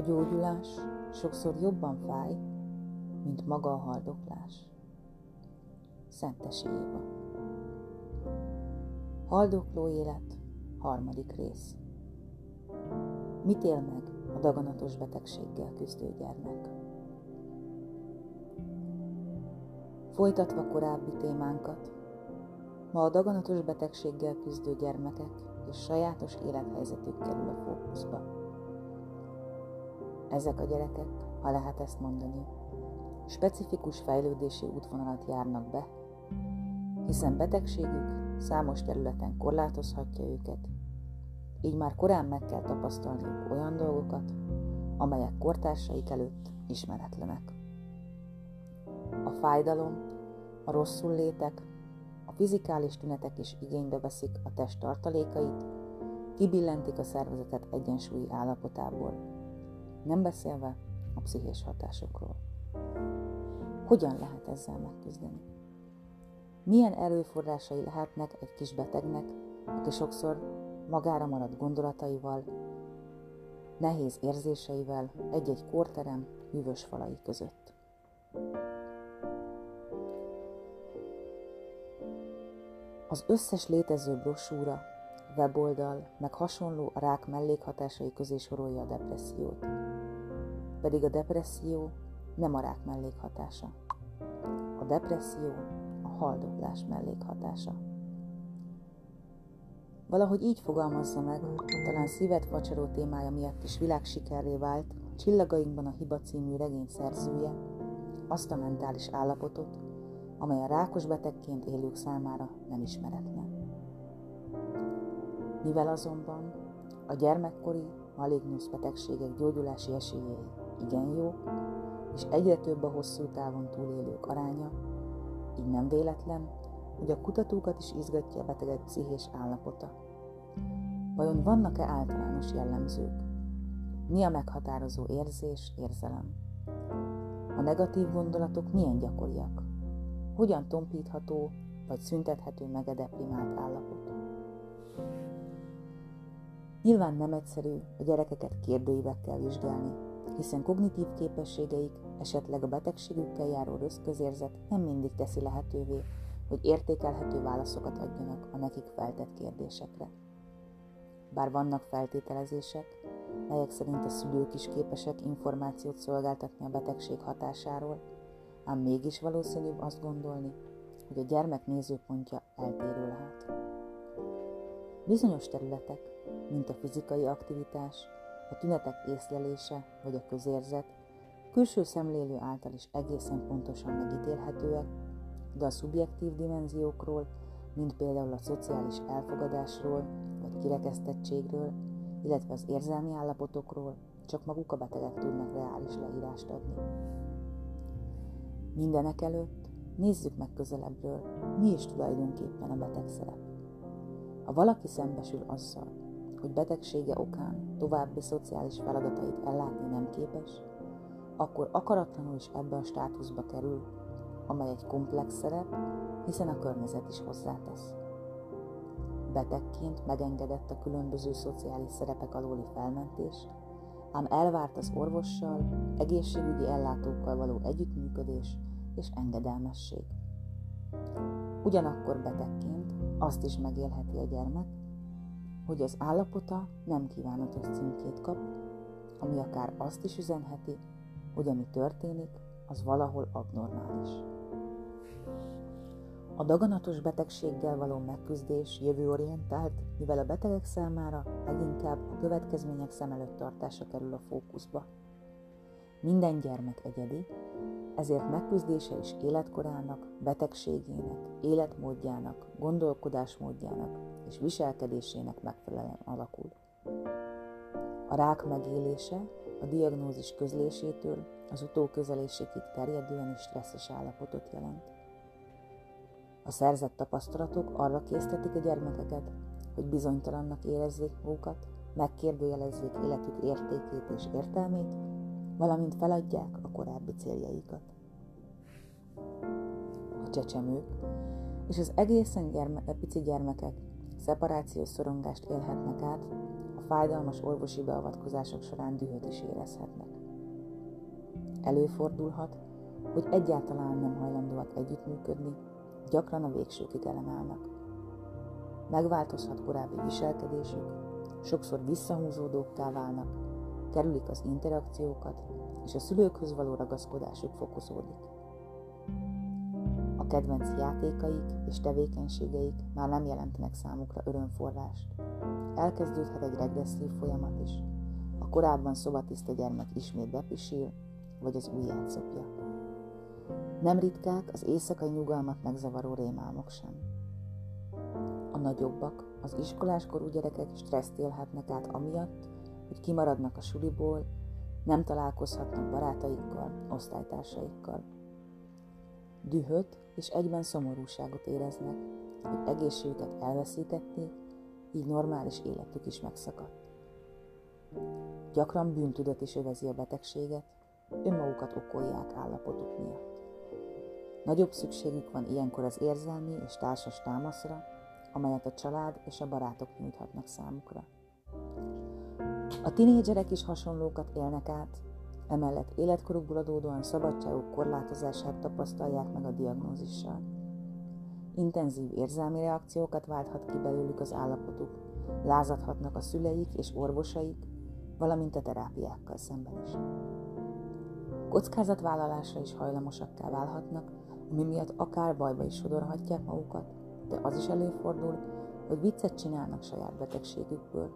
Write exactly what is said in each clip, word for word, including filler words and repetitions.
gyógyulás sokszor jobban fáj, mint maga a haldoklás. Szentesi Éva. Haldokló élet, harmadik rész. Mit él meg a daganatos betegséggel küzdő gyermek? Folytatva korábbi témánkat, ma a daganatos betegséggel küzdő gyermekek és sajátos élethelyzetük kerül a fókuszba. Ezek a gyerekek, ha lehet ezt mondani, specifikus fejlődési útvonalat járnak be, hiszen betegségük számos területen korlátozhatja őket, így már korán meg kell tapasztalniuk olyan dolgokat, amelyek kortársaik előtt ismeretlenek. A fájdalom, a rosszul létek, a fizikális tünetek is igénybe veszik a test tartalékait, kibillentik a szervezetet egyensúlyi állapotából, nem beszélve a pszichés hatásokról. Hogyan lehet ezzel megküzdeni? Milyen erőforrásai lehetnek egy kis betegnek, aki sokszor magára maradt gondolataival, nehéz érzéseivel egy-egy kórterem hűvös falai között? Az összes létező brosúra, weboldal, meg hasonló a rák mellékhatásai közé sorolja a depressziót. Pedig a depresszió nem a rák mellékhatása. A depresszió a haldoklás mellékhatása. Valahogy így fogalmazza meg, talán szívet facsaró témája miatt is világsikerré vált Csillagainkban a hiba című regény szerzője, azt a mentális állapotot, amely a rákos betegként élők számára nem ismeretlen. Mivel azonban a gyermekkori malignusz betegségek gyógyulási esélyei igen jó, és egyre több a hosszú távon túlélők aránya, így nem véletlen, hogy a kutatókat is izgatja a betegek pszichés állapota. Vajon vannak-e általános jellemzők? Mi a meghatározó érzés, érzelem? A negatív gondolatok milyen gyakoriak? Hogyan tompítható vagy szüntethető meg a deprimált állapot? Nyilván nem egyszerű a gyerekeket kérdőívekkel vizsgálni, hiszen kognitív képességeik, esetleg a betegségükkel járó rossz közérzet nem mindig teszi lehetővé, hogy értékelhető válaszokat adjanak a nekik feltett kérdésekre. Bár vannak feltételezések, melyek szerint a szülők is képesek információt szolgáltatni a betegség hatásáról, ám mégis valószínűbb azt gondolni, hogy a gyermek nézőpontja eltérő lehet. Bizonyos területek, mint a fizikai aktivitás, a tünetek észlelése vagy a közérzet, külső szemlélő által is egészen pontosan megítélhetőek, de a szubjektív dimenziókról, mint például a szociális elfogadásról vagy kirekesztettségről, illetve az érzelmi állapotokról csak maguk a betegek tudnak reális leírást adni. Mindenek előtt nézzük meg közelebbről, mi is tulajdonképpen a beteg szerep. Ha valaki szembesül azzal, hogy betegsége okán további szociális feladatait ellátni nem képes, akkor akaratlanul is ebbe a státuszba kerül, amely egy komplex szerep, hiszen a környezet is hozzátesz. Betegként megengedett a különböző szociális szerepek alóli felmentés, ám elvárt az orvossal, egészségügyi ellátókkal való együttműködés és engedelmesség. Ugyanakkor betegként azt is megélheti a gyermek, hogy az állapota nem kívánatos címkét kap, ami akár azt is üzenheti, hogy ami történik, az valahol abnormális. A daganatos betegséggel való megküzdés jövőorientált, mivel a betegek számára leginkább a következmények szem előtt tartása kerül a fókuszba. Minden gyermek egyedi, ezért megküzdése is életkorának, betegségének, életmódjának, gondolkodásmódjának és viselkedésének megfelelően alakul. A rák megélése a diagnózis közlésétől az utóközelésekig terjedően is stresszes állapotot jelent. A szerzett tapasztalatok arra késztetik a gyermekeket, hogy bizonytalannak érezzék magukat, megkérdőjelezzék életük értékét és értelmét, valamint feladják a korábbi céljaikat. A csecsemők és az egészen gyerme- pici gyermekek szeparációs szorongást élhetnek át a fájdalmas orvosi beavatkozások során dühöt is érezhetnek. Előfordulhat, hogy egyáltalán nem hajlandóak együttműködni, gyakran a végsőkig ellenállnak. Megváltozhat korábbi viselkedésük, sokszor visszahúzódókká válnak, kerülik az interakciókat, és a szülőkhöz való ragaszkodásuk fokozódik. A kedvenc játékaik és tevékenységeik már nem jelentenek számukra örömforrást. Elkezdődhet egy regresszív folyamat is. A korábban szobatiszta gyermek ismét bepisil, vagy az ujját szopja. Nem ritkák az éjszakai nyugalmat megzavaró rémálmok sem. A nagyobbak, az iskoláskorú gyerekek stresszt élhetnek át amiatt, hogy kimaradnak a suliból, nem találkozhatnak barátaikkal, osztálytársaikkal. Dühöt és egyben szomorúságot éreznek, hogy egészségüket elveszítették, így normális életük is megszakadt. Gyakran bűntudat is övezi a betegséget, önmagukat okolják állapotuk miatt. Nagyobb szükségük van ilyenkor az érzelmi és társas támaszra, amelyet a család és a barátok nyújthatnak számukra. A tinédzserek is hasonlókat élnek át, emellett életkorukból adódóan szabadságuk korlátozását tapasztalják meg a diagnózissal. Intenzív érzelmi reakciókat válthat ki belőlük az állapotuk, lázadhatnak a szüleik és orvosaik, valamint a terápiákkal szemben is. Kockázatvállalásra is hajlamosakká válhatnak, ami miatt akár bajba is sodorhatják magukat, de az is előfordul, hogy viccet csinálnak saját betegségükből.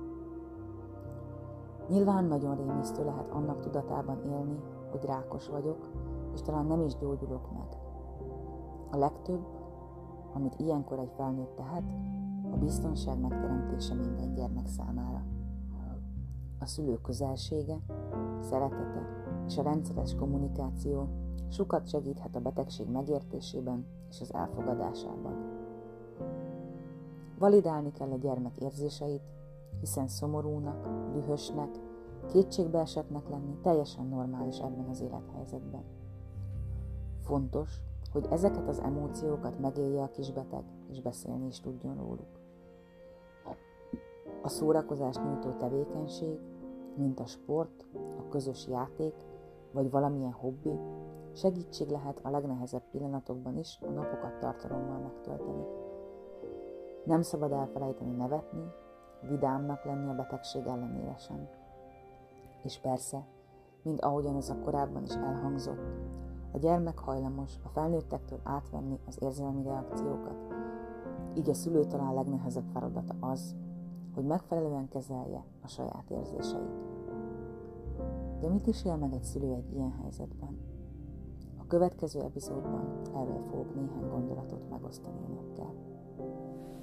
Nyilván nagyon rémisztő lehet annak tudatában élni, hogy rákos vagyok, és talán nem is gyógyulok meg. A legtöbb, amit ilyenkor egy felnőtt tehet, a biztonság megteremtése minden gyermek számára. A szülő közelsége, szeretete és a rendszeres kommunikáció sokat segíthet a betegség megértésében és az elfogadásában. Validálni kell a gyermek érzéseit, hiszen szomorúnak, dühösnek, kétségbeesettnek lenni teljesen normális ebben az élethelyzetben. Fontos, hogy ezeket az emóciókat megélje a kisbeteg, és beszélni is tudjon róluk. A szórakozást nyújtó tevékenység, mint a sport, a közös játék, vagy valamilyen hobbi, segítség lehet a legnehezebb pillanatokban is a napokat tartalommal megtölteni. Nem szabad elfelejteni nevetni, vidámnak lenni a betegség ellenére sem. És persze, mint ahogyan ez a korábban is elhangzott, a gyermek hajlamos a felnőttektől átvenni az érzelmi reakciókat, így a szülő talán legnehezebb feladata az, hogy megfelelően kezelje a saját érzéseit. De mit is él meg egy szülő egy ilyen helyzetben? A következő epizódban erről fogok néhány gondolatot megosztani önökkel.